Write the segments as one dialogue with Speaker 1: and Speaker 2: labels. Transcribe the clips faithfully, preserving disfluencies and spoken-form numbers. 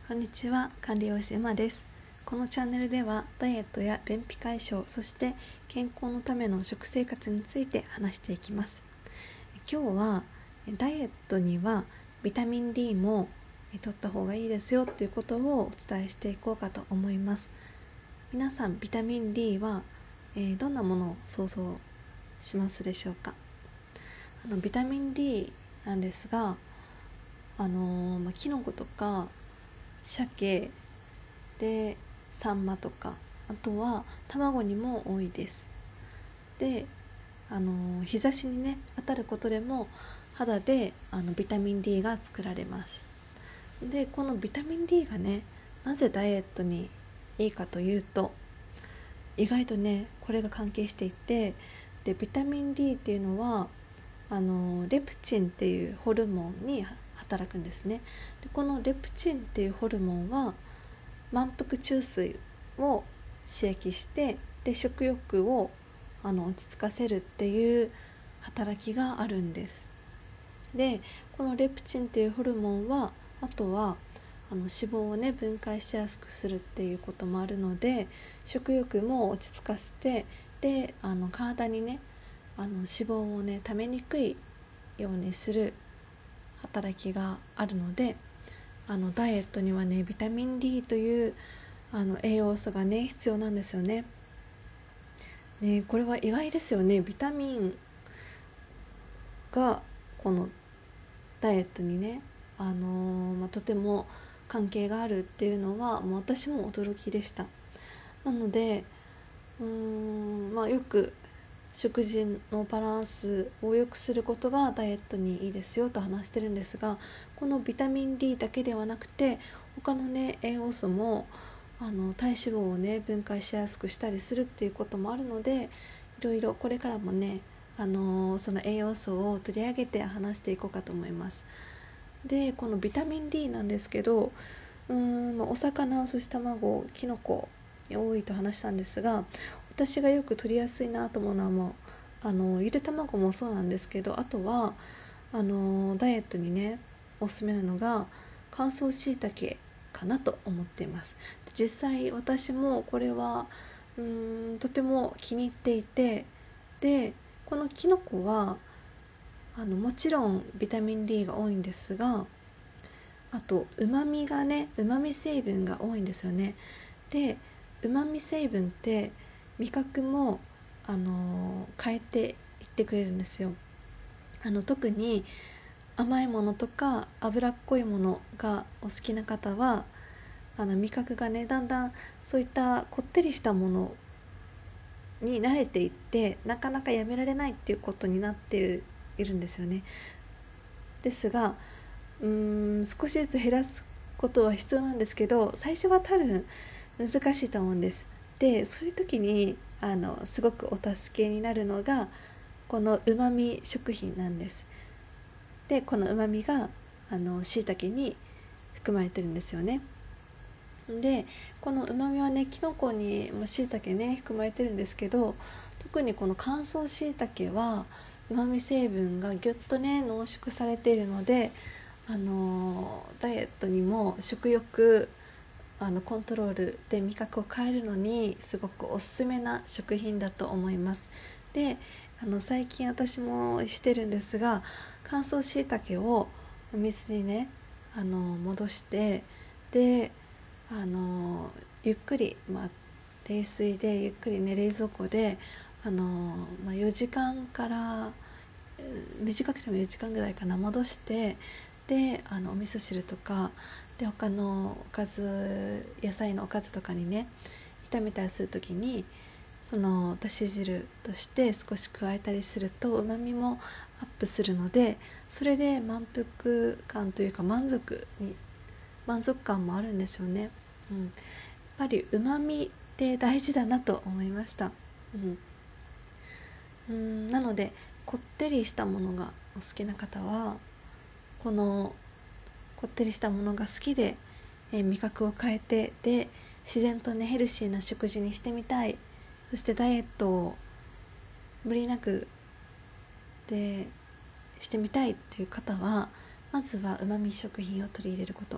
Speaker 1: こんにちは、管理栄養士うまです。このチャンネルではダイエットや便秘解消、そして健康のための食生活について話していきます。今日はダイエットにはビタミン D も取った方がいいですよということをお伝えしていこうかと思います。皆さんビタミン D は、えー、どんなものを想像しますでしょうか。あのビタミン D なんですが、あのーまあ、キノコとか鮭でサンマとか、あとは卵にも多いです。で、あの日差しにね当たることでも肌であのビタミン D が作られます。で、このビタミン D がね、なぜダイエットにいいかというと、意外とねこれが関係していて、でビタミン D っていうのはあのレプチンっていうホルモンに働くんですね。でこのレプチンっていうホルモンは満腹中枢を刺激して、で食欲をあの落ち着かせるっていう働きがあるんです。でこのレプチンっていうホルモンは、あとはあの脂肪をね分解しやすくするっていうこともあるので、食欲も落ち着かせて、であの体にねあの脂肪をね溜めにくいようにする働きがあるので、あのダイエットにはねビタミン D というあの栄養素がね必要なんですよね。ね、これは意外ですよね。ビタミンがこのダイエットにね、あのーまあ、とても関係があるっていうのはもう私も驚きでした。なのでうーん、まあ、よく食事のバランスを良くすることがダイエットにいいですよと話してるんですが、このビタミン D だけではなくて他のね栄養素もあの体脂肪をね分解しやすくしたりするっていうこともあるので、いろいろこれからもねあのその栄養素を取り上げて話していこうかと思います。でこのビタミン D なんですけど、うーんお魚、そして卵、キノコに多いと話したんですが、私がよく取りやすいなと思うのはもうあのゆで卵もそうなんですけど、あとはあのダイエットにねおすすめなのが乾燥しいたけかなと思っています。実際私もこれはうーんとても気に入っていて、でこのキノコはあのもちろんビタミン D が多いんですが、あとうまみがねうまみ成分が多いんですよね。でうまみ成分って味覚もあの変えていってくれるんですよ。あの特に甘いものとか脂っこいものがお好きな方は、あの味覚がねだんだんそういったこってりしたものに慣れていって、なかなかやめられないっていうことになっているんですよね。ですがうーん少しずつ減らすことは必要なんですけど、最初は多分難しいと思うんです。でそういう時にあのすごくお助けになるのがこのうまみ食品なんです。でこのうまみがあの椎茸に含まれてるんですよね。でこのうまみはねキノコにも椎茸ね含まれてるんですけど、特にこの乾燥椎茸はうまみ成分がぎゅっとね濃縮されているので、あのダイエットにも食欲あのコントロールで味覚を変えるのにすごくおすすめな食品だと思います。であの最近私もしてるんですが、乾燥椎茸をお水にねあの戻して、であのゆっくり、まあ、冷水でゆっくりね冷蔵庫であの、まあ、よじかんから短くてもよじかんぐらいかな戻して、であのお味噌汁とかで他のおかず野菜のおかずとかにね炒めたりするときにそのだし汁として少し加えたりするとうまみもアップするので、それで満腹感というか満足に満足感もあるんですよね。うん、やっぱりうまみって大事だなと思いました。うんうんなのでこってりしたものがお好きな方はこのこってりしたものが好きで、えー味覚を変えて、で自然とねヘルシーな食事にしてみたい、そしてダイエットを無理なくでしてみたいという方は、まずはうまみ食品を取り入れること、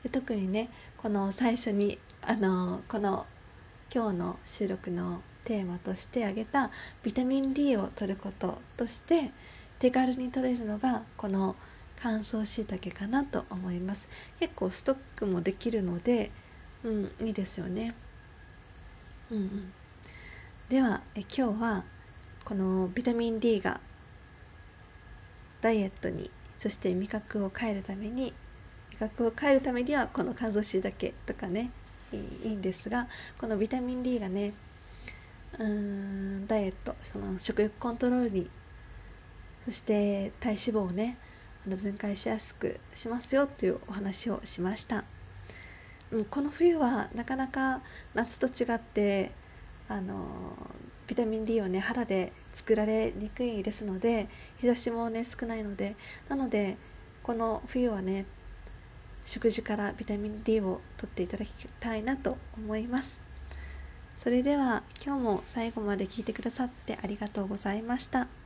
Speaker 1: で特にねこの最初にあのこの今日の収録のテーマとして挙げたビタミン ディー を摂ることとして手軽に摂れるのがこの乾燥しいたけかなと思います。結構ストックもできるので、うん、いいですよね。うんうん、ではえ今日はこのビタミン ディー がダイエットにそして味覚を変えるために味覚を変えるためにはこの乾燥しいたけとかねいい、いいんですが、このビタミン ディー がねうーんダイエットその食欲コントロールにそして体脂肪をねあの分解しやすくしますよというお話をしました。うん、この冬はなかなか夏と違ってあのビタミン ディー をね肌で作られにくいですので、日差しもね少ないので、なのでこの冬はね食事からビタミン ディー を取っていただきたいなと思います。それでは今日も最後まで聞いてくださってありがとうございました。